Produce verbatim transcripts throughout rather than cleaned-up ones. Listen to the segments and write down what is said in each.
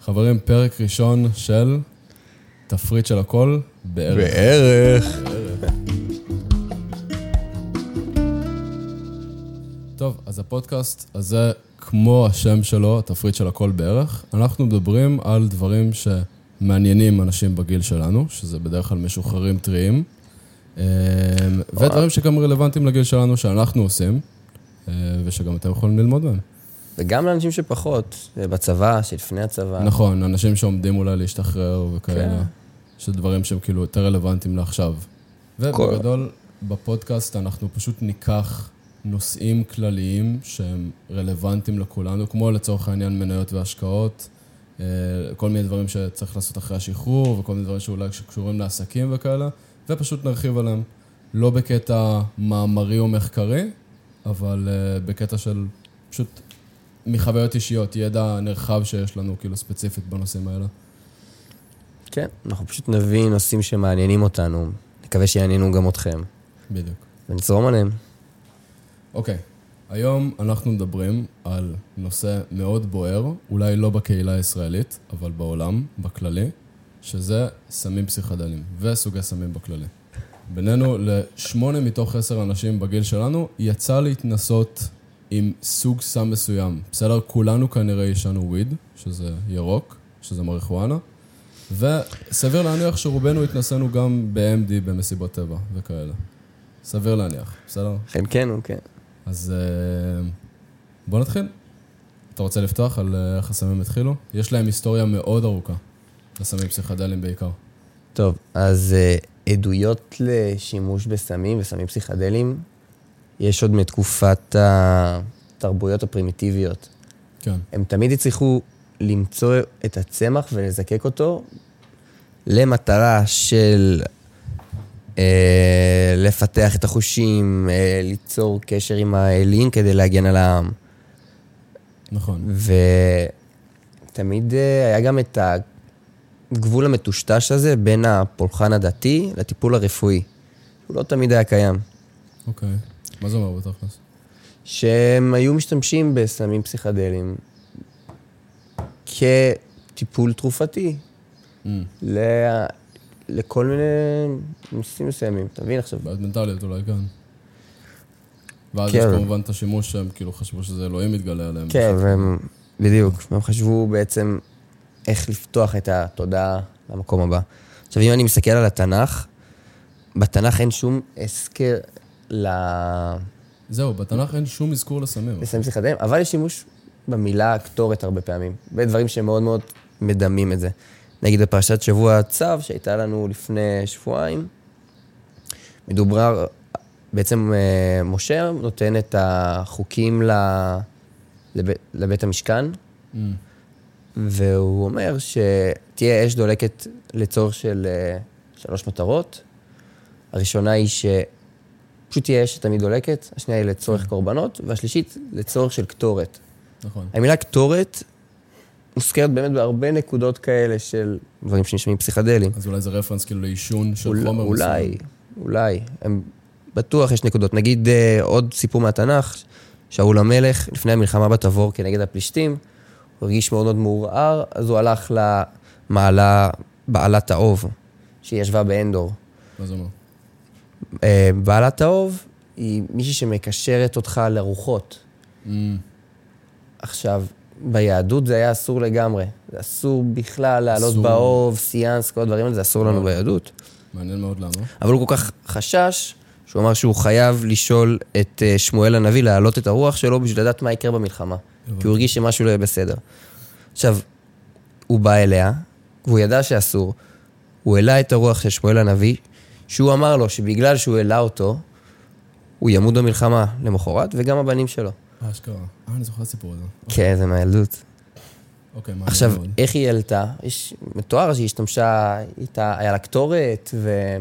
חברים, פרק ראשון של תפריט של הכל בערך. בערך. טוב, אז הפודקאסט הזה, כמו השם שלו, התפריט של הכל בערך, אנחנו מדברים על דברים שמעניינים אנשים בגיל שלנו, שזה בדרך כלל משוחררים טריים, ודברים שגם רלוונטיים לגיל שלנו שאנחנו עושים, ושגם אתם יכולים ללמוד מהם. וגם לאנשים שפחות, בצבא, שלפני הצבא. נכון, אנשים שעומדים אולי להשתחרר וכאלה, שדברים שהם כאילו יותר רלוונטיים לעכשיו. ובגדול, בפודקאסט אנחנו פשוט ניקח נושאים כלליים שהם רלוונטיים לכולנו, כמו לצורך העניין מניות והשקעות, כל מיני דברים שצריך לעשות אחרי השחרור, וכל מיני דברים שאולי שקשורים לעסקים וכאלה, ופשוט נרחיב עליהם. לא בקטע מאמרי או מחקרי, אבל בקטע של פשוט מחוויות אישיות, ידע נרחב שיש לנו כאילו ספציפית בנושאים האלה. כן, אנחנו פשוט נביא נושאים שמעניינים אותנו, נקווה שיעניינו גם אתכם. בדיוק. ונצרום עליהם. אוקיי, היום אנחנו מדברים על נושא מאוד בוער, אולי לא בקהילה הישראלית, אבל בעולם, בכללי, שזה סמים פסיכדליים וסוגי סמים בכללי. בינינו, לשמונה מתוך עשר אנשים בגיל שלנו, יצא להתנסות עם סוג סם מסוים. בסדר, כולנו כנראה ישנו וויד, שזה ירוק, שזה מריחואנה, וסביר להניח שרובנו התנסינו גם ב-אם די במסיבות טבע וכאלה. סביר להניח, בסדר? כן, כן, כן. אז בוא נתחיל. אתה רוצה לפתוח על איך הסמים התחילו? יש להם היסטוריה מאוד ארוכה, לסמים פסיכדליים בעיקר. טוב, אז עדויות לשימוש בסמים וסמים פסיכדליים, יש עוד מתקופת התרבויות הפרימיטיביות. כן. הם תמיד הצליחו למצוא את הצמח ולזקק אותו למטרה של אה, לפתח את החושים, אה, ליצור קשר עם האלים כדי להגן על העם. נכון. ותמיד אה, היה גם את הגבול המטושטש הזה בין הפולחן הדתי לטיפול הרפואי. הוא לא תמיד היה קיים. אוקיי. מה זה אומר בתכלס? שהם היו משתמשים בסמים פסיכדליים כטיפול תרופתי mm. ל... לכל מיני נושאים מסוימים. אתה מבין עכשיו? בעד מנטליות אולי, כן. ואז כן. יש כמובן את השימוש שהם כאילו חשבו שזה אלוהים מתגלה עליהם. כן, והם, בדיוק. והם חשבו בעצם איך לפתוח את התודעה למקום הבא. עכשיו, אם אני מסתכל על התנ"ך, בתנ"ך אין שום הזכר ל... זהו, בתנ"ך אין שום אזכור לסמים. לסמים פסיכדליים, אבל יש שימוש במילה קטורת הרבה פעמים. בדברים שמאוד מאוד מדמים את זה. נגיד בפרשת שבוע צו, שהייתה לנו לפני שבועיים, מדובר, בעצם משה נותן את החוקים לבית, לבית המשכן, mm. והוא אומר שתהיה אש דולקת לצורך של שלוש מטרות. הראשונה היא שפשוט תהיה אש שתמיד דולקת, השנייה היא לצורך mm. קורבנות, והשלישית לצורך של קטורת. נכון. המילה קטורת מוזכרת באמת בהרבה נקודות כאלה של דברים שנשמעים פסיכדליים. אז אולי זה רפרנס כאילו לאישון של אול, חומר אולי, מסוים. אולי, הם בטוח יש נקודות. נגיד אה, עוד סיפור מהתנ"ך, שאול המלך, לפני המלחמה בתבור כנגד הפלישתים, הוא הרגיש מאוד מאוד מעורער, אז הוא הלך למעלה בעלת האוב, שהיא ישבה באנדור. מה זה אומר? אה, בעלת האוב היא מישהי שמקשרת אותך לרוחות. Mm. עכשיו, ביהדות זה היה אסור לגמרי. זה אסור בכלל לעלות באוב, סיאנס, כל הדברים האלה, זה אסור לנו ביהדות. מעניין מאוד למה. אבל הוא כל כך חשש, שהוא אמר שהוא חייב לשאול את שמואל הנביא, להעלות את הרוח שלו בשביל לדעת מה יקרה במלחמה. כי הוא הרגיש שמשהו לא יהיה בסדר. עכשיו, הוא בא אליה, והוא ידע שאסור. הוא העלה את הרוח של שמואל הנביא, שהוא אמר לו שבגלל שהוא העלה אותו, הוא ימות במלחמה למחרת, וגם הבנים שלו. אה, אשכרה. אה, אני זוכר הסיפור הזה. כן, זה מהילדות. אוקיי, מה עכשיו, מאוד? איך היא העלתה? יש מתואר שהיא השתמשה, איתה, היה לה קטורת, ו...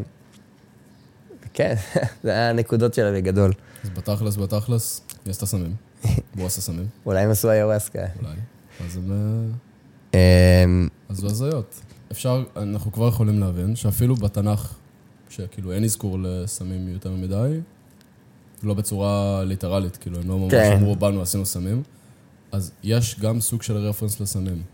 כן, זה היה הנקודות שלה בגדול. אז בתכלס, בתכלס, יש את הסמים. בוא עשה סמים. אולי הם עשו איורסקה. אולי. אז הם... אז זה הזיות. אפשר, אנחנו כבר יכולים להבין שאפילו בתנ"ך, שכאילו אין אזכור לסמים יותר מדי, לא בצורה ליטרלית, כאילו, הם לא ממש אמרו, באנו, עשינו סמים, אז יש גם סוג של רפרנס לסמים.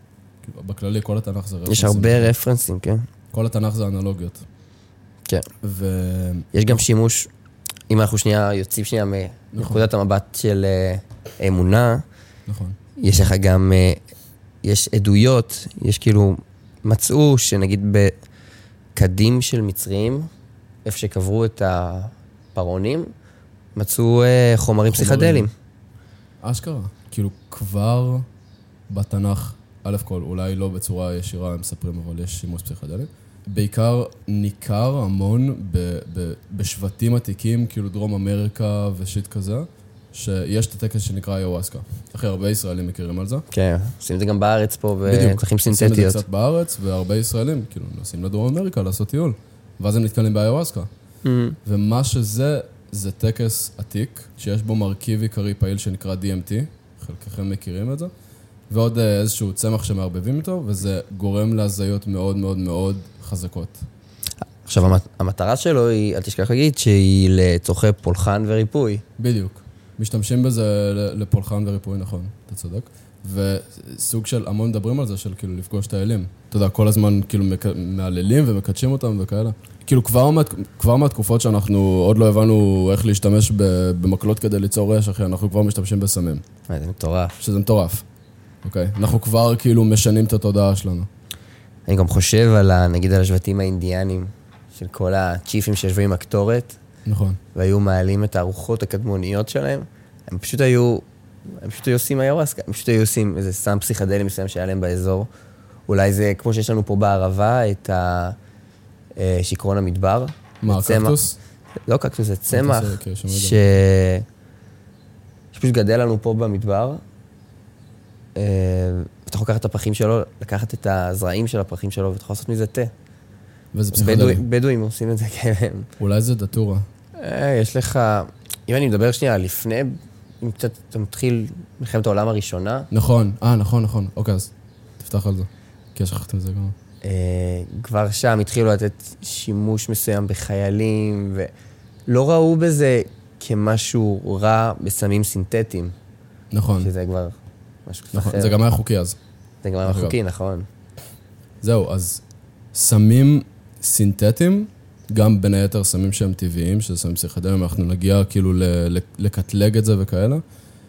בכללי, כל התנ"ך זה רפרנסים. יש הרבה רפרנסים, כן. כל התנ"ך זה אנלוגיות. כן. ו... יש גם שימוש, אם אנחנו שנייה יוצאים שנייה מנקודת המבט של אמונה, נכון. יש לך גם, יש עדויות, יש כאילו, מצאו שנגיד בקדים של מצרים, איפה שקברו את הפרעונים, מצאו חומרים פסיכדליים. אשכרה. כאילו כבר בתנ"ך, א' כל, אולי לא בצורה ישירה הם מספרים, אבל יש שימוש פסיכדלי. בעיקר ניכר המון ב- ב- בשבטים עתיקים, כאילו דרום אמריקה ושיט כזה, שיש את הטקס שנקרא איוואסקה. אחרי הרבה ישראלים מכירים על זה. כן, עושים את זה גם בארץ פה, בדיוק. וצריכים עושים סינתטיות. את זה קצת בארץ, והרבה ישראלים, כאילו, נוסעים לדרום אמריקה לעשות טיול. ואז הם נתקלים באיוואסקה. Mm-hmm. ומה שזה, זה טקס עתיק, שיש בו מרכיב עיקרי פעיל שנקרא די אם טי, חלקכם מכירים את זה, ועוד איזשהו צמח שמערבבים איתו, וזה גורם להזיות מאוד מאוד מאוד חזקות. עכשיו, המטרה שלו היא, אל תשכח להגיד, שהיא לצורכי פולחן וריפוי. בדיוק. משתמשים בזה לפולחן וריפוי, נכון, אתה צודק. וסוג של, המון מדברים על זה, של כאילו לפגוש את האלים. אתה יודע, כל הזמן כאילו מעללים ומקדשים אותם וכאלה. כאילו כבר, כבר מהתקופות שאנחנו עוד לא הבנו איך להשתמש במקלות כדי ליצור רש, אחי, אנחנו כבר משתמשים בסמים. זה מטורף. שזה מטורף. אוקיי? אנחנו כבר כאילו משנים את התודעה שלנו. אני גם חושב על, נגיד, על השבטים האינדיאנים, של כל הצ'יפים שישבו עם הקטורת. נכון. והיו מעלים את הארוחות הקדמוניות שלהם. הם פשוט היו, הם פשוט היו עושים איוואסקה, הם פשוט היו עושים איזה סם פסיכדלי מסוים שהיה להם באזור. אולי זה כמו שיש לנו פה בערבה, את השקרון המדבר. מה, קקטוס? לא קקטוס, זה צמח ש... שפשוט גדל לנו פה במדבר. אתה יכול לקחת את הפרחים שלו, לקחת את הזרעים של הפרחים שלו, ואתה יכול לעשות מזה תה. וזה פסיכדלי. בדואים עושים את זה כאלה. אולי זה דטורה. יש לך, אם אני מדבר שנייה, לפני, אם קצת אתה מתחיל מלחמת העולם הראשונה. נכון, אה, נכון, נכון. אוקיי, אז תפתח על זה. כי שכחתם את זה גם. כבר שם התחילו לתת שימוש מסוים בחיילים, ולא ראו בזה כמשהו רע בסמים סינתטיים. נכון. שזה כבר משהו נכון, אחר. זה גם היה חוקי אז. זה גם היה חוקי, נכון. זהו, אז סמים סינתטיים, גם בין היתר סמים שהם טבעיים, שזה סמים פסיכדליים, אנחנו נגיע כאילו לקטלג את זה וכאלה.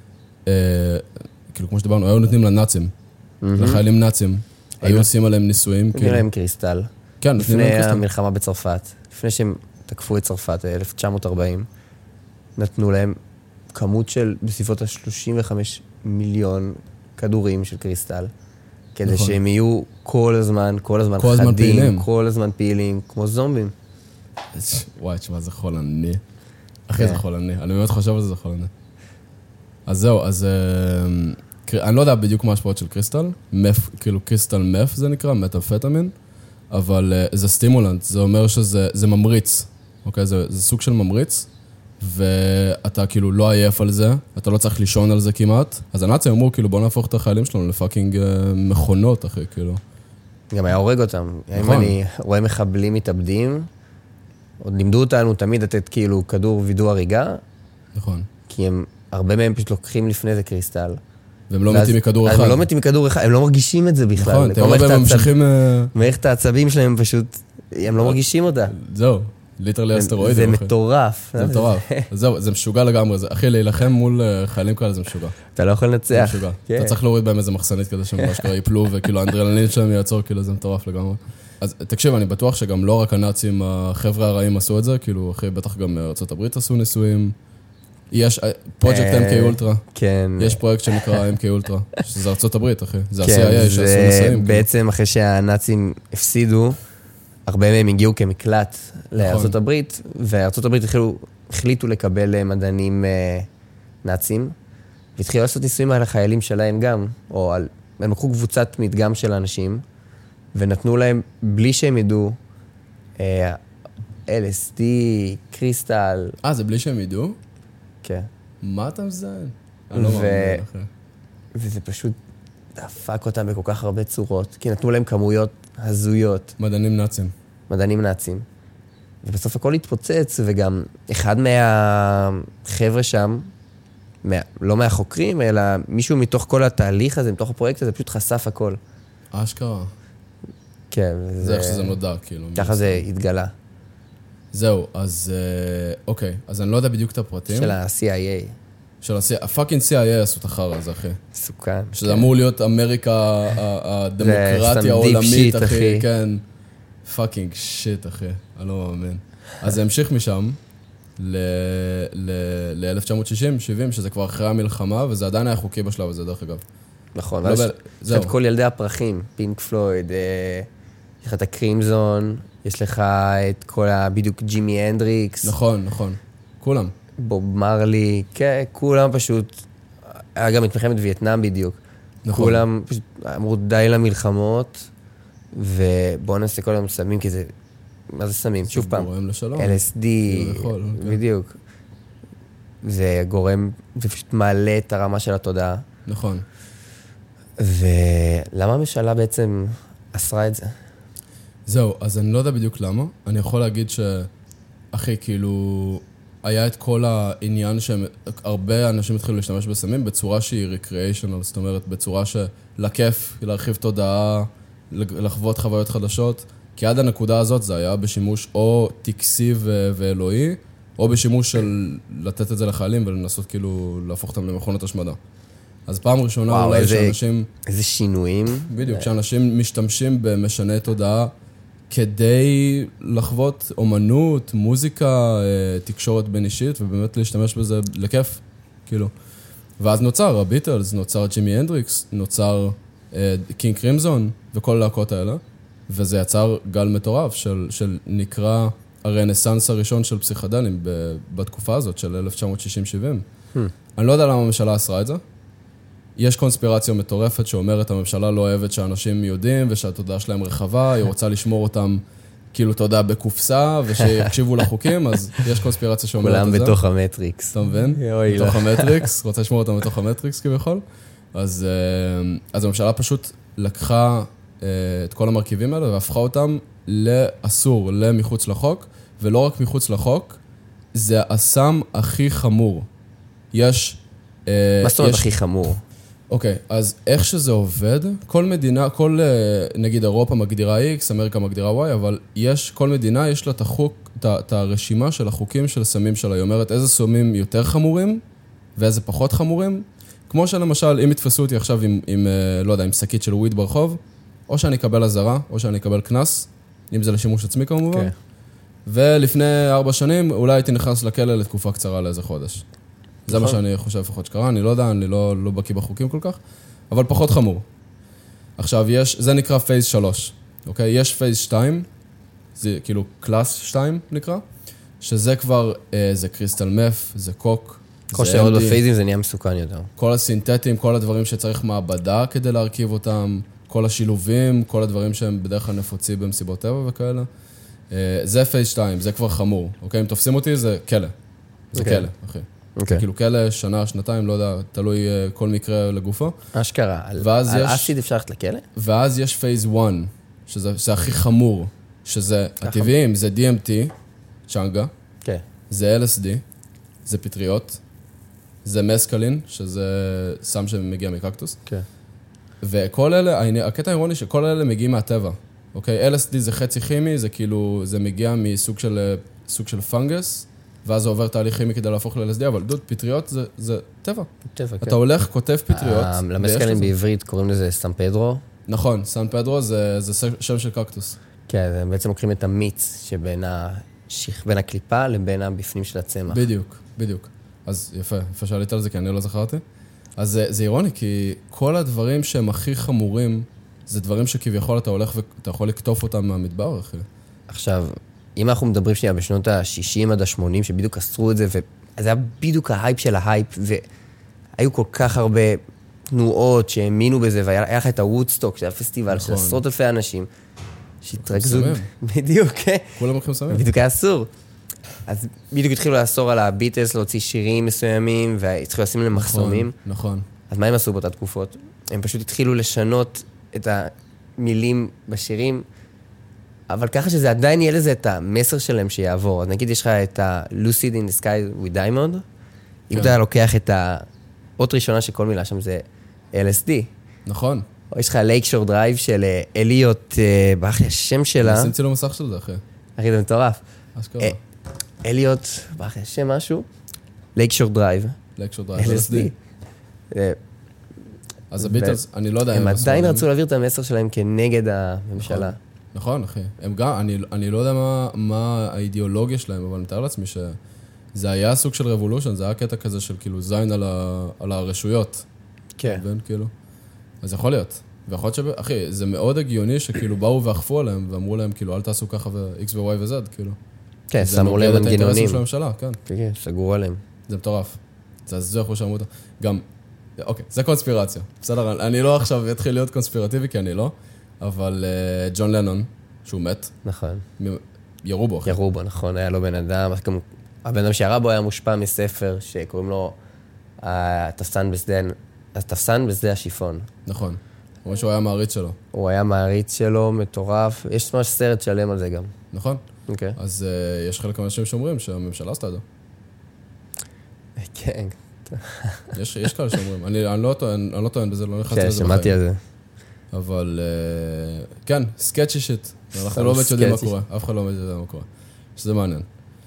כאילו כמו שדיברנו, היו נותנים לנאצים, לחיילים נאצים, היו עושים עליהם ניסויים. נותנים להם קריסטל. כן, נותנים להם קריסטל. לפני המלחמה בצרפת, לפני שהם תקפו את צרפת, אלף תשע מאות ארבעים, נתנו להם כמות של בסביבות ה-שלושים וחמישה מיליון כדורים של קריסטל. כדי נכון. שהם יהיו כל הזמן, כל הזמן כל חדים, הזמן פעילים. כל הזמן פעילים, כמו זומבים. וואי, תשמע, זה חולני. אחי, זה חולני. אני באמת חושב על זה, זה חולני. אז זהו, אז... אני לא יודע בדיוק מה השפעות של קריסטל. מף, כאילו קריסטל מף זה נקרא, מטאמפטמין. אבל זה סטימולנט, זה אומר שזה ממריץ. אוקיי? זה, זה סוג של ממריץ. ואתה כאילו לא עייף על זה, אתה לא צריך לישון על זה כמעט. אז הנאצים אמרו, כאילו, בוא נהפוך את החיילים שלנו לפאקינג מכונות, אחי, כאילו. גם היה הורג אותם. נכון. אם אני רואה מחבלים מתאבדים, עוד לימדו אותנו תמיד לתת כאילו כדור וידוא הריגה. נכון. כי הם, הרבה מהם פשוט לוקחים לפני זה קריסטל. והם לא מתים מכדור אחד. הם לא מתים מכדור אחד, הם לא מרגישים את זה בכלל. נכון, אתה רואה בהם ממשיכים... מערכת העצבים שלהם פשוט, הם לא מרגישים אותה. זהו. ליטרלי אסטרואידים. זה מטורף. זה מטורף. זהו, זה משוגע לגמרי. אחי, להילחם מול חיילים כאלה זה משוגע. אתה לא יכול לנצח. זה משוגע. אתה צריך להוריד בהם איזה מחסנית כזה שהם אשכרה ייפלו, וכאילו האנדרנלין שלהם יעצור, כאילו זה מטורף לגמרי. אז תקשיב, אני בטוח שגם לא רק הנאצים, החבר'ה הרעים עשו את זה, כאילו אחי, בטח גם ארצות הברית עשו ניסויים. יש פרויקט אם קיי אולטרה. כן. יש פרויקט שנקרא אם קיי אולטרה, שזה ארצות הברית, אחי. זה ה-סי איי איי שעשו ניסויים. בעצם אחרי שהנאצים הפסידו, הרבה מהם הגיעו כמקלט לארצות הברית, וארצות הברית החליטו לקבל מדענים נאצים, והתחילו לעשות ניסויים על החיילים שלהם גם, או על, הם לקחו קבוצת מדגם של אנשים, ונתנו להם, בלי שהם ידעו, אל אס די, קריסטל. אה, זה בלי שהם ידעו? כן. מה אתה מזיין? אני לא מאמין, אחי. וזה פשוט דפק אותם בכל כך הרבה צורות, כי נתנו להם כמויות הזויות. מדענים נאצים. מדענים נאצים. ובסוף הכל התפוצץ, וגם אחד מהחבר'ה שם, מה, לא מהחוקרים, אלא מישהו מתוך כל התהליך הזה, מתוך הפרויקט הזה, פשוט חשף הכל. אשכרה. כן. זה איך שזה נודע, כאילו. ככה זה התגלה. זהו, אז אוקיי, אז אני לא יודע בדיוק את הפרטים. של ה-סי איי איי. של ה-C I A, הפאקינג סי איי איי עשו את החרא הזה, אחי. סוכן. שזה אמור להיות אמריקה הדמוקרטיה העולמית, אחי. כן. פאקינג שיט, אחי. אני לא מאמין. אז זה המשיך משם ל-אלף תשע מאות שישים שבעים, שזה כבר אחרי המלחמה, וזה עדיין היה חוקי בשלב הזה, דרך אגב. נכון. יש לך את כל ילדי הפרחים, פינק פלויד, יש לך את הקרימזון, יש לך את כל ה... בדיוק ג'ימי הנדריקס. נכון, נכון. כולם. בוב מרלי, כן, כולם פשוט... היה גם את מלחמת וייטנאם בדיוק. נכון. כולם פשוט אמרו די למלחמות, ובואו נעשה כל היום סמים, כי זה... מה זה סמים? שוב פעם. זה גורם לשלום. אל אס די, בדיוק. זה גורם, זה פשוט מעלה את הרמה של התודעה. נכון. ולמה הממשלה בעצם אסרה את זה? זהו, אז אני לא יודע בדיוק למה. אני יכול להגיד שאחי, כאילו, היה את כל העניין שהרבה אנשים התחילו להשתמש בסמים בצורה שהיא recreational, זאת אומרת, בצורה שלכיף, להרחיב תודעה, לחוות חוויות חדשות, כי עד הנקודה הזאת זה היה בשימוש או טקסי ואלוהי, או בשימוש של לתת את זה לחיילים ולנסות כאילו להפוך אותם למכונת השמדה. אז פעם ראשונה וואו, אולי איזה, שאנשים... איזה שינויים. בדיוק, שאנשים משתמשים במשנה תודעה כדי לחוות אומנות, מוזיקה, תקשורת בין אישית, ובאמת להשתמש בזה לכיף, כאילו. ואז נוצר הביטלס, נוצר ג'ימי הנדריקס, נוצר קינג קרימזון, וכל הלהקות האלה, וזה יצר גל מטורף של, של נקרא הרנסנס הראשון של פסיכדלים בתקופה הזאת של אלף תשע מאות שישים שבעים. Hmm. אני לא יודע למה הממשלה אסרה את זה. יש קונספירציה מטורפת שאומרת הממשלה לא אוהבת שאנשים יודעים ושהתודעה שלהם רחבה, היא רוצה לשמור אותם כאילו תודעה בקופסה ושיקשיבו לחוקים, אז יש קונספירציה שאומרת את זה. כולם בתוך המטריקס. אתה מבין? בתוך המטריקס, רוצה לשמור אותם בתוך המטריקס כביכול. אז, אז הממשלה פשוט לקחה את כל המרכיבים האלה והפכה אותם לאסור, למחוץ לחוק, ולא רק מחוץ לחוק, זה הסם הכי חמור. יש... מה זאת אומרת הכי חמור? אוקיי, אז איך שזה עובד, כל מדינה, כל, נגיד, אירופה מגדירה X, אמריקה מגדירה Y, אבל יש, כל מדינה יש לה את החוק, את הרשימה של החוקים של סמים שלה. היא אומרת איזה סמים יותר חמורים, ואיזה פחות חמורים. כמו שלמשל, אם יתפסו אותי עכשיו עם, עם לא יודע, עם שקית של וויד ברחוב, או שאני אקבל הזרה, או שאני אקבל כנס, אם זה לשימוש עצמי כמובן. Okay. ולפני ארבע שנים, אולי הייתי נכנס לכלא לתקופה קצרה לאיזה חודש. זה מה שאני חושב לפחות שקרה, אני לא יודע, אני לא, לא בקיא בחוקים כל כך, אבל פחות חמור. עכשיו, יש, זה נקרא פייס שלוש, אוקיי? יש פייס שתיים, זה כאילו קלאס שתיים נקרא, שזה כבר, אה, זה קריסטל מף, זה קוק, כל שעוד בפייזים זה נהיה מסוכן יותר. כל הסינתטים, כל הדברים שצריך מעבדה כדי להרכיב אותם, כל השילובים, כל הדברים שהם בדרך כלל נפוצים במסיבות טבע וכאלה. אה, זה פייס שתיים, זה כבר חמור, אוקיי? אם תופסים אותי, זה כלא. זה okay. כלא, אחי. Okay. כאילו כאלה, שנה, שנתיים, לא יודע, תלוי כל מקרה לגופו. אשכרה, על, על יש, אסיד אפשר ללכת לכלא? ואז יש פייס אחת, שזה, שזה הכי חמור, שזה הטבעיים, זה די אם טי, צ'אנגה, okay. זה אל אס די, זה פטריות, זה מסקלין, שזה סם שמגיע מקקטוס, okay. וכל אלה, הקטע האירוני שכל אלה מגיעים מהטבע, אוקיי? אל אס די זה חצי כימי, זה כאילו, זה מגיע מסוג של, סוג של פנגס, ואז זה עובר תהליך כימי כדי להפוך ל-אל אס די, אבל דוד, פטריות זה, זה טבע. טבע, כן. אתה הולך, כותב פטריות. למסקלין בעברית קוראים לזה סן פדרו. נכון, סן פדרו זה, זה שם של קקטוס. כן, הם בעצם לוקחים את המיץ שבין השיח, בין הקליפה לבין הבפנים של הצמח. בדיוק, בדיוק. אז יפה, יפה שעלית על זה, כי אני לא זכרתי. אז זה, זה אירוני, כי כל הדברים שהם הכי חמורים, זה דברים שכביכול אתה הולך ואתה יכול לקטוף אותם מהמדבר, אחי. עכשיו, אם אנחנו מדברים שנייה בשנות ה-שישים עד ה-שמונים, שבדיוק אסרו את זה, וזה היה בדיוק ההייפ של ההייפ, והיו כל כך הרבה תנועות שהאמינו בזה, והיה לך את הוודסטוק, שזה הפסטיבל נכון. של עשרות אלפי אנשים, שהתרכזו... בדיוק, כן. כולם הולכים סמים. בדיוק היה אסור. אז בדיוק התחילו לאסור על הביטלס, להוציא שירים מסוימים, והתחילו לשים להם מחסומים. נכון, נכון. אז מה הם עשו באותה תקופות? הם פשוט התחילו לשנות את המילים בשירים, אבל ככה שזה עדיין יהיה לזה את המסר שלהם שיעבור. אז נגיד יש לך את ה-Lucid in the Sky with Diamond, אם אתה לוקח את האות ראשונה שכל מילה שם זה אל אס די. נכון. או יש לך לייקשור דרייב של אליוט, באחי, השם שלה. נשים צילום מסך של זה, אחי. אחי, זה מטורף. אשכרה. אליוט, באחי, השם משהו? לייקשור דרייב. לייקשור דרייב, אל אס די. אז הביטלס, אני לא יודע... הם עדיין רצו להעביר את המסר שלהם כנגד הממשלה. נכון, אחי. הם גם, אני לא יודע מה האידיאולוגיה שלהם, אבל אני מתאר לעצמי שזה היה סוג של רבולושן, זה היה קטע כזה של כאילו זין על הרשויות. כן. כאילו. אז יכול להיות. ויכול להיות ש... אחי, זה מאוד הגיוני שכאילו באו ואכפו עליהם, ואמרו להם כאילו, אל תעשו ככה ו-X ו-Y ו-Z, כאילו. כן, שמו להם מנגנונים. זה נוגד את האינטרסים של הממשלה, כן. כן, סגרו עליהם. זה מטורף. זה הזו איך הוא שאמרו אותה. גם, אוקיי, זה קונספירציה. בסדר, אני לא עכשיו אתחיל להיות קונספירטיבי, כי אני לא, אבל ג'ון לנון, שהוא מת. נכון. ירו בו. ירו בו, נכון, היה לו בן אדם. הבן אדם שירה בו היה מושפע מספר שקוראים לו התפסן בשדה, התפסן בשדה השיפון. נכון. הוא אומר שהוא היה מעריץ שלו. הוא היה מעריץ שלו, מטורף. יש ממש סרט שלם על זה גם. נכון. אוקיי. אז יש חלק מהאנשים שאומרים שהממשלה עשתה את זה. כן. יש, יש כאלה שאומרים. אני, אני לא טוען, אני לא טוען בזה, לא נכנסתי לזה בחיים. כן, שמעתי על זה. אבל, כן, סקצ'י שיט. אנחנו לא באמת יודעים מה קורה. אף אחד לא באמת יודע מה קורה. שזה מעניין.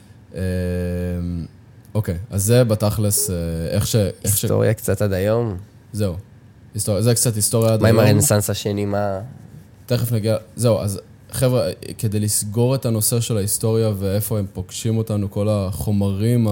אוקיי, אז זה בתכלס, איך ש... היסטוריה קצת עד היום. זהו. זה קצת היסטוריה עד היום. מה עם הרנסנס השני, מה... תכף נגיע... זהו, אז חבר'ה, כדי לסגור את הנושא של ההיסטוריה ואיפה הם פוגשים אותנו, כל החומרים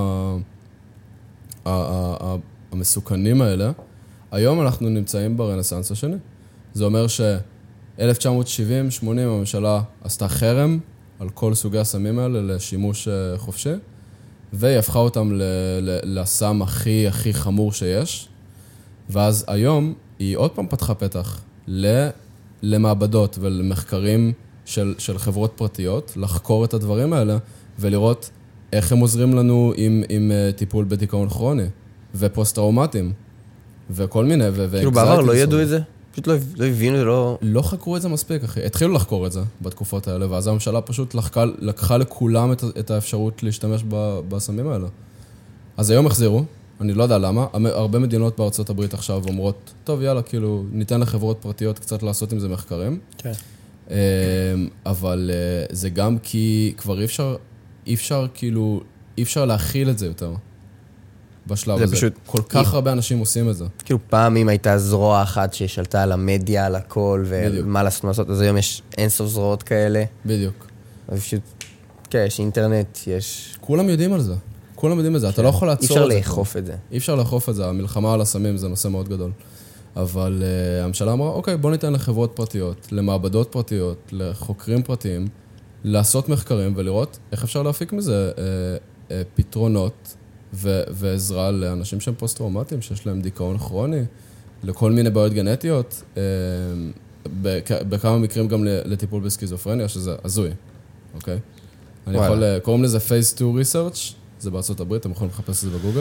המסוכנים האלה, היום אנחנו נמצאים ברנסנס השני. זה אומר ש-אלף תשע מאות שבעים שמונים הממשלה עשתה חרם על כל סוגי הסמים האלה לשימוש חופשי, והיא הפכה אותם לסם הכי הכי חמור שיש. ואז היום היא עוד פעם פתחה פתח למעבדות ולמחקרים של, של חברות פרטיות, לחקור את הדברים האלה ולראות איך הם עוזרים לנו עם, עם טיפול בדיכאון כרוני ופוסט-טראומטיים וכל מיני. כאילו בעבר לא ידעו את זה? פשוט לא, לא הבינו, לא... לא חקרו את זה מספיק, אחי. התחילו לחקור את זה בתקופות האלה, ואז הממשלה פשוט לקחה, לקחה לכולם את, את האפשרות להשתמש בסמים האלה. אז היום החזירו, אני לא יודע למה, הרבה מדינות בארצות הברית עכשיו אומרות, טוב, יאללה, כאילו, ניתן לחברות פרטיות קצת לעשות עם זה מחקרים. כן. אבל זה גם כי כבר אי אפשר, אי אפשר, כאילו, אי אפשר להכיל את זה יותר. בשלב הזה. פשוט... כל כך הרבה אנשים עושים את זה. כאילו פעם אם הייתה זרוע אחת ששלטה על המדיה, על הכל, ומה לעשות לעשות, אז היום יש אינסוף זרועות כאלה. בדיוק. אז פשוט, כן, יש אינטרנט, יש... כולם יודעים על זה. כולם יודעים על זה. אתה לא יכול לעצור את זה. אי אפשר לאכוף את זה. אי אפשר לאכוף את זה. המלחמה על הסמים זה נושא מאוד גדול. אבל uh, הממשלה אמרה, אוקיי, בוא ניתן לחברות פרטיות, למעבדות פרטיות, לחוקרים פרטיים, לעשות מחקרים ולראות איך אפשר להפיק מזה uh, uh, פתרונות ו- ועזרה לאנשים שהם פוסט-טראומטיים, שיש להם דיכאון כרוני, לכל מיני בעיות גנטיות, uh, בכ- בכמה מקרים גם לטיפול בסקיזופרניה, שזה הזוי, אוקיי? אני יכול, uh, קוראים לזה Phase two Research, זה בארצות הברית, אתם יכולים לחפש את זה בגוגל.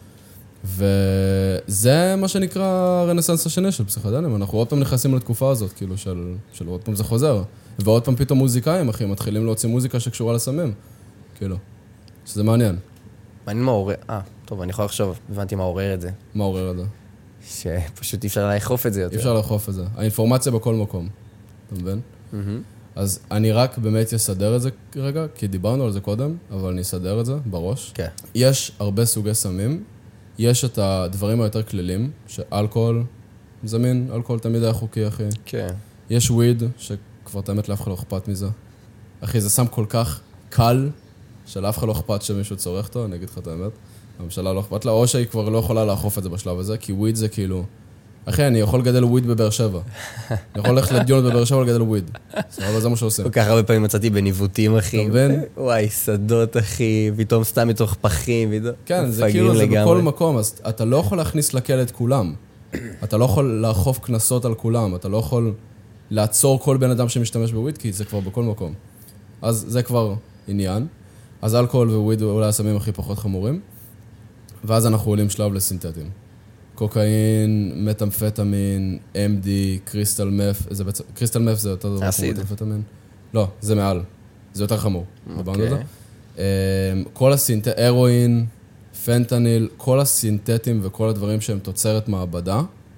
וזה מה שנקרא הרנסנס השני של פסיכדלים. אנחנו עוד פעם נכנסים לתקופה הזאת, כאילו של, של עוד פעם זה חוזר. ועוד פעם פתאום מוזיקאים, אחי, מתחילים להוציא מוזיקה שקשורה לסמים. כאילו, שזה מעניין. מעניין מה עורר, אה, טוב, אני יכול לחשוב, הבנתי מה עורר את זה. מה עורר את זה? שפשוט אי אפשר לאכוף את זה יותר. אי אפשר לאכוף את זה. האינפורמציה בכל מקום. אתה מבין? אז אני רק באמת אסדר את זה רגע, כי דיברנו על זה קודם, אבל אני אסדר את זה בראש. כן. יש הרבה סוגי סמים. יש את הדברים היותר כללים, שאלכוהול זמין, אלכוהול תמיד היה חוקי, אחי. כן. יש וויד, שכבר תאמת לאף אחד לא אכפת מזה. אחי, זה סם כל כך קל, שלאף אחד לא אכפת שמישהו צורך אותו, אני אגיד לך את האמת. הממשלה לא אכפת לה, או שהיא כבר לא יכולה לאכוף את זה בשלב הזה, כי וויד זה כאילו... אחי, אני יכול לגדל וויד בבאר שבע. אני יכול ללכת לדיונות בבאר שבע ולגדל וויד. אבל זה מה שעושים. כל כך הרבה פעמים מצאתי בניווטים, אחי. אתה מבין? וואי, שדות, אחי, פתאום סתם מתוך פחים. כן, זה כאילו, זה בכל מקום, אז אתה לא יכול להכניס לכלא את כולם. אתה לא יכול לאכוף כנסות על כולם. אתה לא יכול לעצור כל בן אדם שמשתמש בוויד, כי זה כבר בכל מקום. אז זה כבר עניין. אז אלכוהול וויד אולי הסמים הכי פחות חמורים. ואז אנחנו עולים שלב לסינתטים. קוקאין, מטאמפטמין, אם די, קריסטל מף, זה בעצם, קריסטל מף זה יותר דבר כמו מטאמפטמין. לא, זה מעל. זה יותר חמור. דיברנו על זה. כל הסינתט, הרואין, פנטניל, כל הסינתטים וכל הדברים שהם תוצרת מעבדה,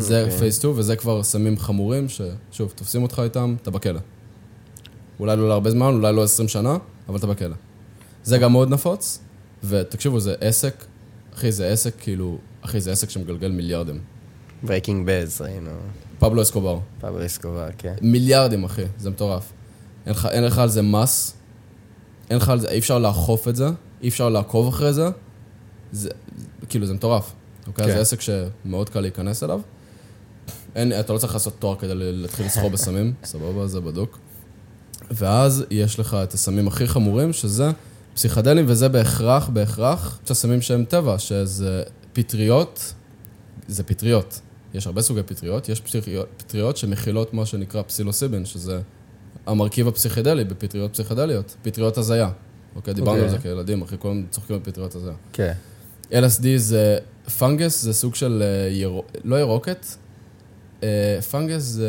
זה פייס שתיים, וזה כבר סמים חמורים, ששוב, תופסים אותך איתם, אתה בכלא. אולי לא להרבה זמן, אולי לא עשרים שנה, אבל אתה בכלא. זה גם מאוד נפוץ, ותקשיבו, זה עסק, אחי, זה עסק, כאילו, אחי, זה עסק שמגלגל מיליארדים. ברייקינג באז, ראינו. פבלו אסקובר. פבלו אסקובר, כן. מיליארדים, אחי, זה מטורף. אין לך, אין לך על זה מס, אין לך על זה, אי אפשר לאכוף את זה, אי אפשר לעקוב אחרי זה, זה, כאילו, זה מטורף. אוקיי, כן. זה עסק שמאוד קל להיכנס אליו. אין, אתה לא צריך לעשות תואר כדי להתחיל לסחור בסמים, סבבה, זה בדוק. ואז יש לך את הסמים הכי חמורים, שזה פסיכדלים, וזה בהכרח, בהכרח, יש הסמים שהם טבע, שזה פטריות, זה פטריות. יש הרבה סוגי פטריות, יש פטריות, פטריות שמכילות מה שנקרא פסילוסיבין, שזה המרכיב הפסיכדלי בפטריות פסיכדליות, פטריות הזיה. אוקיי, דיברנו okay. על זה כילדים, אחי, כולם צוחקים בפטריות הזיה. כן. Okay. אל אס די זה, פנגס זה סוג של, יר... לא ירוקת, פנגס זה...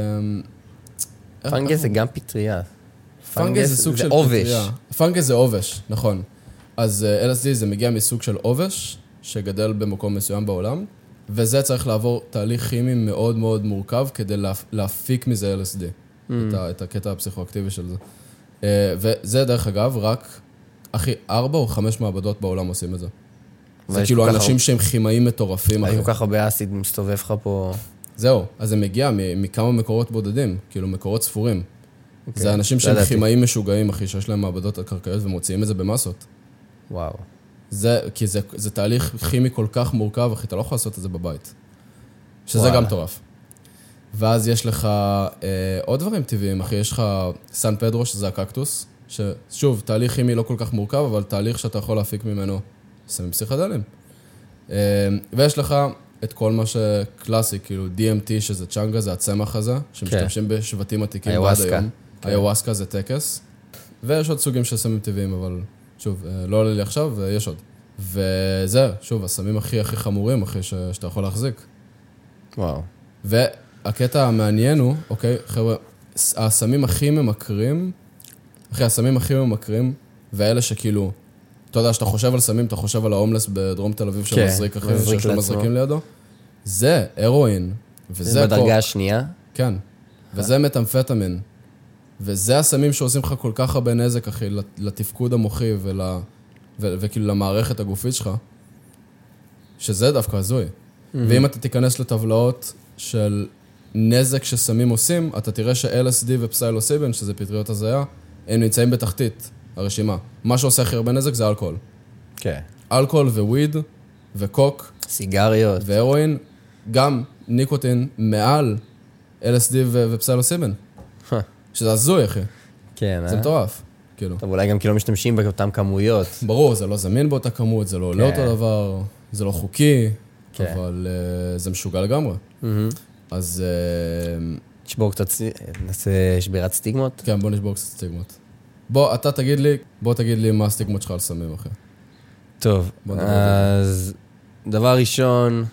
פנגס זה גם פטריה. פנגס זה סוג של פטריה. פנגס זה עובש, נכון. אז אל אס די זה מגיע מסוג של עובש, שגדל במקום מסוים בעולם, וזה צריך לעבור תהליך כימי מאוד מאוד מורכב, כדי להפיק מזה אל אס די, את הקטע הפסיכואקטיבי של זה. וזה דרך אגב, רק, אחי, ארבע או חמש מעבדות בעולם עושים את זה. זה כאילו אנשים שהם כימאים מטורפים. היו ככה באסיד, מסתובב לך פה... זהו, אז זה מגיע מכמה מקורות בודדים, כאילו מקורות ספורים. זה אנשים שהם כימאים משוגעים, אחי, שיש להם מעבדות הקרקעיות ומוציאים את זה במסות. וואו. זה, כי זה, זה תהליך כימי כל כך מורכב, אחי, אתה לא יכול לעשות את זה בבית. שזה גם טורף. ואז יש לך אה, עוד דברים טבעיים, אחי, יש לך סן פדרו, שזה הקקטוס, ששוב, תהליך כימי לא כל כך מורכב, אבל תהליך שאתה יכול להפיק ממנו סמים פסיכדליים. אה, ויש לך את כל מה שקלאסי, כאילו די אם טי, שזה צ'אנגה, זה הצמח הזה, שמשתמשים כן. בשבטים עתיקים ועד היום. כן. איוואסקה זה טקס. ויש עוד סוגים של סמים טבעיים, אבל שוב, לא עולה לי עכשיו, ויש עוד. וזה, שוב, הסמים הכי הכי חמורים, אחי, ש... שאתה יכול להחזיק. וואו. והקטע המעניין הוא, אוקיי, חבר'ה, הסמים הכי ממכרים, אחי, הסמים הכי ממכרים, ואלה שכאילו, אתה יודע, שאתה חושב על סמים, אתה חושב על ההומלס בדרום תל אביב של מזריק אחרי שיש לו מזריקים לידו. זה הרואין. זה בדרגה השנייה? כן. וזה מטמפטמין. וזה הסמים שעושים לך כל כך הרבה נזק, אחי, לתפקוד המוחי וכאילו למערכת הגופית שלך, שזה דווקא הזוי. ואם אתה תיכנס לטבלאות של נזק שסמים עושים, אתה תראה ש-אל אס די ופסילוסיבין, שזה פטריות הזיה, הם נמצאים בתחתית הרשימה. מה שעושה הכי הרבה נזק זה אלכוהול. כן. אלכוהול וויד וקוק. סיגריות. והרואין, גם ניקוטין מעל אל אס די ופסילוסיבין. שזה הזוי, אחי. כן, זה מטורף. כאילו. טוב, אולי גם כי לא משתמשים באותן כמויות. ברור, זה לא זמין באותה כמות, זה לא עולה אותו דבר, זה לא חוקי, אבל זה משוגע לגמרי. אז... נשבור קצת, נעשה שבירת סטיגמות? כן, בוא נשבור קצת סטיגמות. בוא, אתה תגיד לי, בוא תגיד לי מה הסטיגמות שלך על סמים, אחי. טוב, אז דבר ראשון,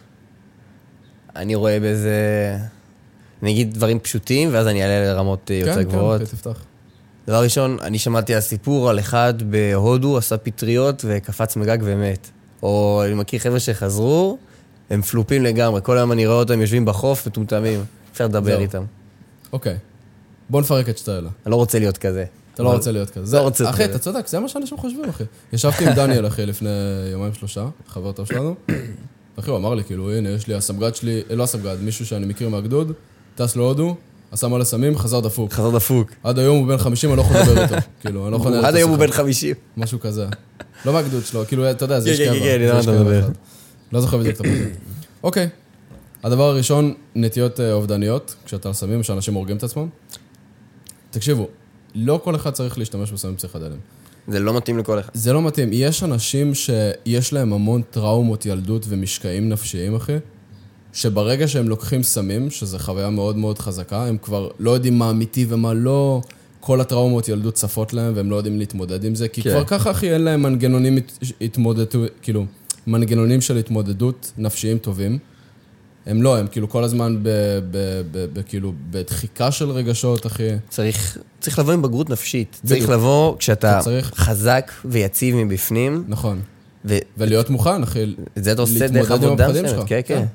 אני רואה בזה, אני אגיד דברים פשוטים, ואז אני אעלה לרמות יותר גבוהות. כן, כן, תפתח. דבר ראשון, אני שמעתי על סיפור על אחד בהודו, עשה פטריות וקפץ מגג ומת. או אני מכיר חבר'ה שחזרו, הם פלופים לגמרי. כל היום אני רואה אותם יושבים בחוף מטומטמים. אפשר לדבר איתם. אוקיי. בוא נפרק את שתי אלה. אני לא רוצה להיות כזה. אתה לא רוצה להיות כזה. לא רוצה להיות כזה. אחי, אתה צודק, זה מה שאנשים חושבים, אחי. ישבתי עם דניאל, אחי, לפני יומיים שלושה, חבר טוב שלנו. אחי, הוא אמר לי, כאילו, הנה, יש לי הסמגד שלי, לא הסמגד, מישהו שאני מכיר מהגדוד, טס להודו, עשה מלא סמים, חזר דפוק. חזר דפוק. עד היום הוא בן חמישים, אני לא יכול לדבר איתו. כאילו, אני לא יכול... עד היום הוא בן חמישים. משהו כזה. לא מהגדוד שלו, כאילו, אתה יודע, זה יש קבע. כן, כן, כן, לא זוכר בדיוק את הפרטים. אוקיי. הדבר הראשון, נטיות אובדניות, כשאתה על סמים, שאנשים הורגים את עצמם. תקשיבו, לא כל אחד צריך להשתמש בסמים פסיכדליים. זה לא מתאים לכל אחד. זה לא מתאים. יש אנשים שיש להם המון טראומות ילדות ומשקעים נפשיים, אחי, שברגע שהם לוקחים סמים, שזו חוויה מאוד מאוד חזקה, הם כבר לא יודעים מה אמיתי ומה לא, כל הטראומות ילדות צפות להם, והם לא יודעים להתמודד עם זה, כי כבר ככה, אחי, אין להם מנגנונים התמודדות, כאילו, מנגנונים של התמודדות נפשיים טובים. הם לא, הם כאילו כל הזמן ב, ב, ב, ב, כאילו בדחיקה של רגשות, אחי. צריך, צריך לבוא עם בגרות נפשית. בדיוק. צריך לבוא כשאתה צריך... חזק ויציב מבפנים. נכון. ו... ולהיות מוכן, אחי. זה אתה עושה דרך עבודה שלך. כן, כן.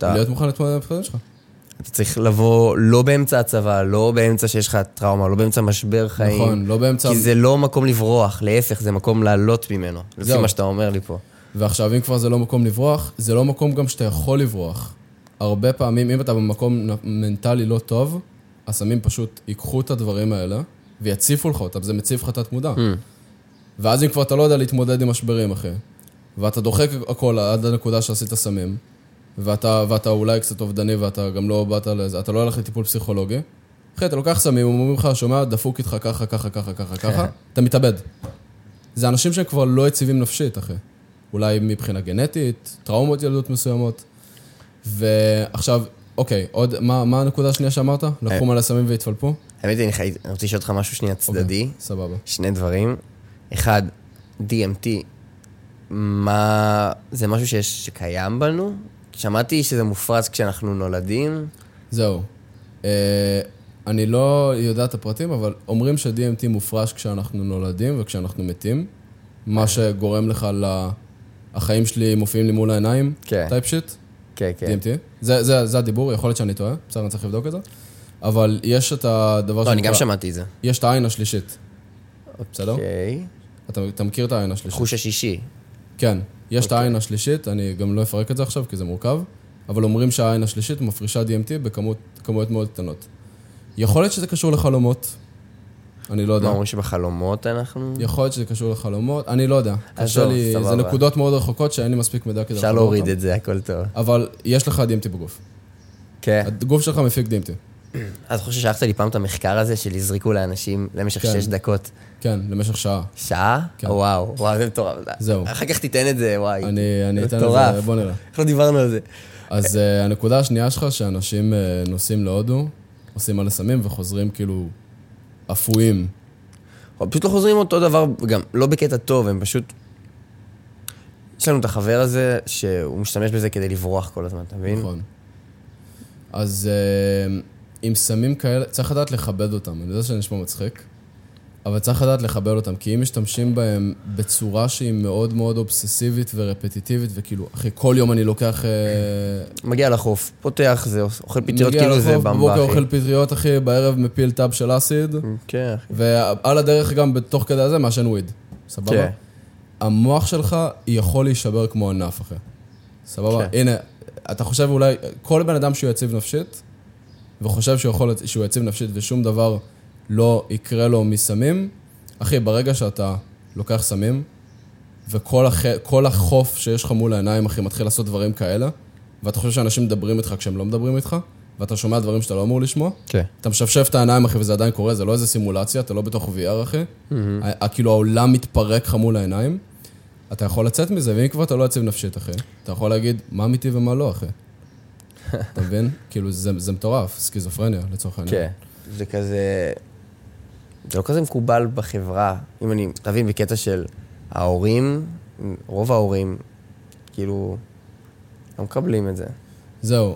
אתה... להיות מוכן להתמודד עם הפחדים שלך. אתה צריך לבוא לא באמצע הצבא, לא באמצע שיש לך טראומה, לא באמצע משבר חיים. נכון, לא באמצע... כי זה לא מקום לברוח, להפך, זה מקום לעלות ממנו. לפי מה שאתה אומר לי פה. ועכשיו, אם כבר זה לא מקום לברוח, זה לא מקום גם שאתה יכול לברוח. הרבה פעמים, אם אתה במקום מנטלי לא טוב, הסמים פשוט ייקחו את הדברים האלה, ויציפו לך אותם, זה מציף לך את התמודה. ואז אם כבר אתה לא יודע להתמודד עם משברים, אחי, ואתה דוחק הכל עד הנקודה שעשית סמים, ואתה, ואתה אולי קצת אובדני, ואתה גם לא באת לזה, אתה לא הולך לטיפול פסיכולוגי, אחי, אתה לוקח סמים, הוא אומר לך, שומע, דפוק איתך ככה, ככה, ככה, ככה, ככה, אתה מתאבד. זה אנשים שהם כבר לא יציבים נפשית, אחי. אולי מבחינה גנטית, טראומות ילדות מסוימות. ועכשיו, אוקיי, עוד, מה, מה הנקודה השנייה שאמרת? לקחו מלא סמים והתפלפו? האמת היא, אני רוצה לשאול אותך משהו שנייה צדדי. סבבה. שני דברים. אחד, די אם טי, מה... זה משהו שיש, שקיים בנו? שמעתי שזה מופרץ כשאנחנו נולדים. זהו. אה, אני לא יודע את הפרטים, אבל אומרים ש-די אם טי מופרש כשאנחנו נולדים וכשאנחנו מתים. מה שגורם לך ל... החיים שלי מופיעים לי מול העיניים. כן. טייפ שיט. כן, כן. די אם טי. זה, זה, זה הדיבור, יכול להיות שאני טועה. בסדר, אני צריך לבדוק את זה. אבל יש את הדבר... לא, אני גם שמעתי את זה. יש את העין השלישית. בסדר? אוקיי. אתה, אתה מכיר את העין השלישית? חוש השישי. כן. יש את העין השלישית, אני גם לא אפרק את זה עכשיו, כי זה מורכב, אבל אומרים שהעין השלישית מפרישה די אם טי בכמויות מאוד קטנות. יכול להיות שזה קשור לחלומות, אני לא יודע. מה אומרים שבחלומות אנחנו... יכול להיות שזה קשור לחלומות, אני לא יודע. קשה לי, זה נקודות מאוד רחוקות שאין לי מספיק מידע כדי... אפשר להוריד את זה, הכל טוב. אבל יש לך די אם טי בגוף. כן. הגוף שלך מפיק די אם טי. אז חושב ששלחת לי פעם את המחקר הזה של הזריקו לאנשים למשך שש דקות. כן, למשך שעה. שעה? וואו, וואו, זה מטורף. זהו. אחר כך תיתן את זה, וואי. אני אתן את זה, בוא נראה. איך לא דיברנו על זה? אז הנקודה השנייה שלך, שאנשים נוסעים להודו, עושים על הסמים וחוזרים כאילו אפויים. פשוט לא חוזרים אותו דבר, גם לא בקטע טוב, הם פשוט... יש לנו את החבר הזה שהוא משתמש בזה כדי לברוח כל הזמן, אתה מבין? נכון. אז עם סמים כאלה, צריך לדעת לכבד אותם. אני יודע שאני נשמע מצחיק, אבל צריך לדעת לכבד אותם, כי אם משתמשים בהם בצורה שהיא מאוד מאוד אובססיבית ורפטיטיבית, וכאילו, אחי, כל יום אני לוקח... מגיע לחוף, פותח, זה אוכל פטריות, כאילו זה במבה, אחי. בבוקר אוכל פטריות, אחי, בערב מפיל טאב של אסיד. כן, אחי. ועל הדרך גם בתוך כדי הזה, מעשן וויד. סבבה? כן. המוח שלך יכול להישבר כמו ענף, אחי. סבבה? הנה, אתה חושב אולי, כל בן אדם שהוא יציב נפשית, וחושב שהוא יכול, שהוא יציב נפשית ושום דבר לא יקרה לו מסמים, אחי, ברגע שאתה לוקח סמים, וכל הח... כל החוף שיש לך מול העיניים, אחי, מתחיל לעשות דברים כאלה, ואתה חושב שאנשים מדברים איתך כשהם לא מדברים איתך, ואתה שומע דברים שאתה לא אמור לשמוע, כן. אתה משפשף את העיניים, אחי, וזה עדיין קורה, זה לא איזה סימולציה, אתה לא בתוך וי אר, אחי, mm-hmm. כאילו העולם מתפרק לך מול העיניים, אתה יכול לצאת מזה, ואם כבר אתה לא יציב נפשית, אחי, אתה יכול להגיד מה אמיתי ומה לא, אחי. אתה מבין? כאילו, זה, זה מטורף, סקיזופרניה, לצורך העניין. כן, זה כזה... זה לא כזה מקובל בחברה. אם אני תבין בקטע של ההורים, רוב ההורים, כאילו, לא מקבלים את זה. זהו.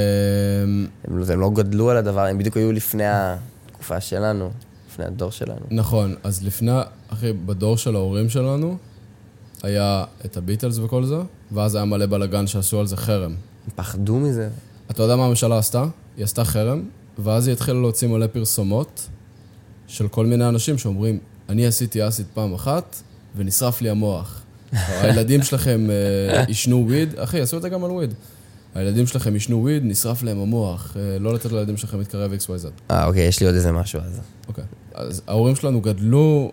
הם, הם לא גדלו על הדבר, הם בדיוק היו לפני התקופה שלנו, לפני הדור שלנו. נכון, אז לפני, אחי, בדור של ההורים שלנו, היה את הביטלס וכל זה, ואז היה מלא בלגן שעשו על זה חרם. הם פחדו מזה. אתה יודע מה הממשלה עשתה? היא עשתה חרם, ואז היא התחילה להוציא מלא פרסומות של כל מיני אנשים שאומרים, אני עשיתי אסיד פעם אחת, ונשרף לי המוח. הילדים שלכם ישנו וויד, אחי, עשו את זה גם על וויד. הילדים שלכם ישנו וויד, נשרף להם המוח, לא לתת לילדים שלכם להתקרב אקס וואי זד. אה, אוקיי, יש לי עוד איזה משהו אז. אוקיי. אז ההורים שלנו גדלו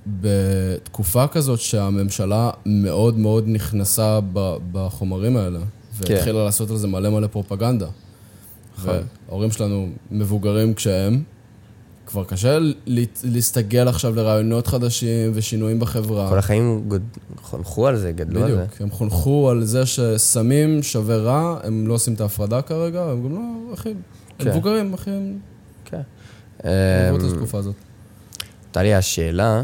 בתקופה כזאת שהממשלה מאוד מאוד נכנסה בחומרים האלה, והתחילה לעשות על זה מלא מלא פרופגנדה. וההורים שלנו מבוגרים כשהם, כבר קשה להסתגל עכשיו לרעיונות חדשים ושינויים בחברה. כל החיים חונכו על זה, גדלו על זה. בדיוק, הם חונכו על זה שסמים שווה רע, הם לא עושים את ההפרדה כרגע, הם גם לא, אחי, הם מבוגרים, אחי, הם... כן. הם עברו את התקופה הזאת. הייתה לי השאלה...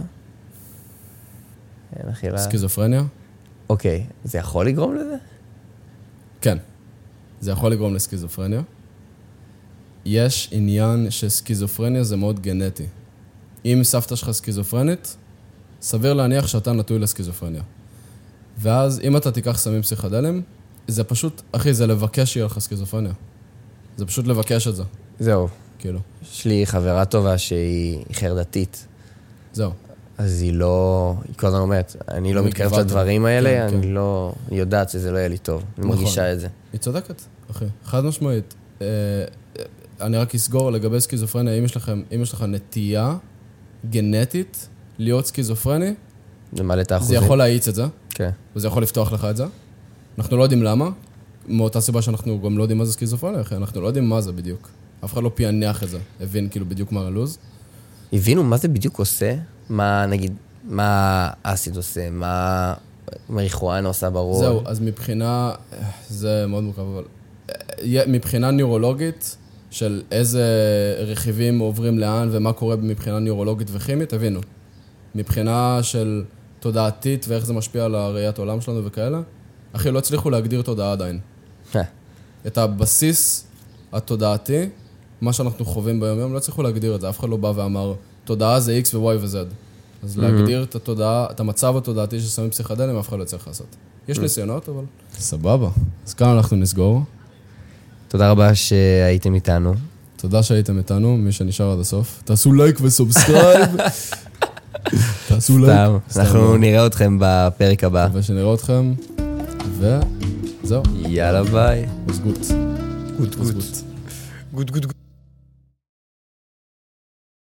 סקיזופרניה? אוקיי, זה יכול לגרום לזה? כן, זה יכול לגרום לסקיזופרניה. יש עניין שסקיזופרניה זה מאוד גנטי. אם סבתא שלך סקיזופרנית, סביר להניח שאתה נטוי לסקיזופרניה. ואז אם אתה תיקח סמים פסיכדליים, זה פשוט, אחי, זה לבקש שיהיה לך סקיזופרניה. זה פשוט לבקש את זה. זהו. כאילו. יש לי חברה טובה שהיא חרדתית. זהו. אז היא לא, היא כל הזמן אומרת, אני לא מתקרבת לדברים האלה, אני לא, אני יודעת שזה לא יהיה לי טוב. אני מרגישה את זה. היא צודקת, אחי. חד משמעית. אני רק אסגור לגבי סקיזופרניה, אם יש לכם, אם יש לך נטייה גנטית להיות סקיזופרני, זה מעלה את האחוזים. זה יכול להאיץ את זה. כן. וזה יכול לפתוח לך את זה. אנחנו לא יודעים למה. מאותה סיבה שאנחנו גם לא יודעים מה זה סקיזופרניה, אחי. אנחנו לא יודעים מה זה בדיוק. אף אחד לא פיענח את זה. הבין כאילו בדיוק מה הלוז. הבינו מה זה בדיוק עושה? מה, נגיד, מה אסיד עושה? מה מריחואנה עושה בראש? זהו, אז מבחינה, זה מאוד מורכב, אבל מבחינה ניורולוגית, של איזה רכיבים עוברים לאן ומה קורה מבחינה ניורולוגית וכימית, הבינו. מבחינה של תודעתית ואיך זה משפיע על הראיית העולם שלנו וכאלה, אחי, לא הצליחו להגדיר תודעה עדיין. את הבסיס התודעתי, מה שאנחנו חווים ביום יום, לא הצליחו להגדיר את זה. אף אחד לא בא ואמר, תודעה זה X ו-Y ו-Z. אז להגדיר את התודעה, את המצב התודעתי ששמים פסיכדלים, אף אחד לא צריך לעשות. יש ניסיונות, אבל... סבבה. אז כאן אנחנו נסגור. תודה רבה שהייתם איתנו. תודה שהייתם איתנו, מי שנשאר עד הסוף. תעשו לייק וסובסקרייב. תעשו לייק. אנחנו נראה אתכם בפרק הבא. ושנראה אתכם, וזהו. יאללה ביי. was gut. Gut, gut. gut. Gut, gut, gut.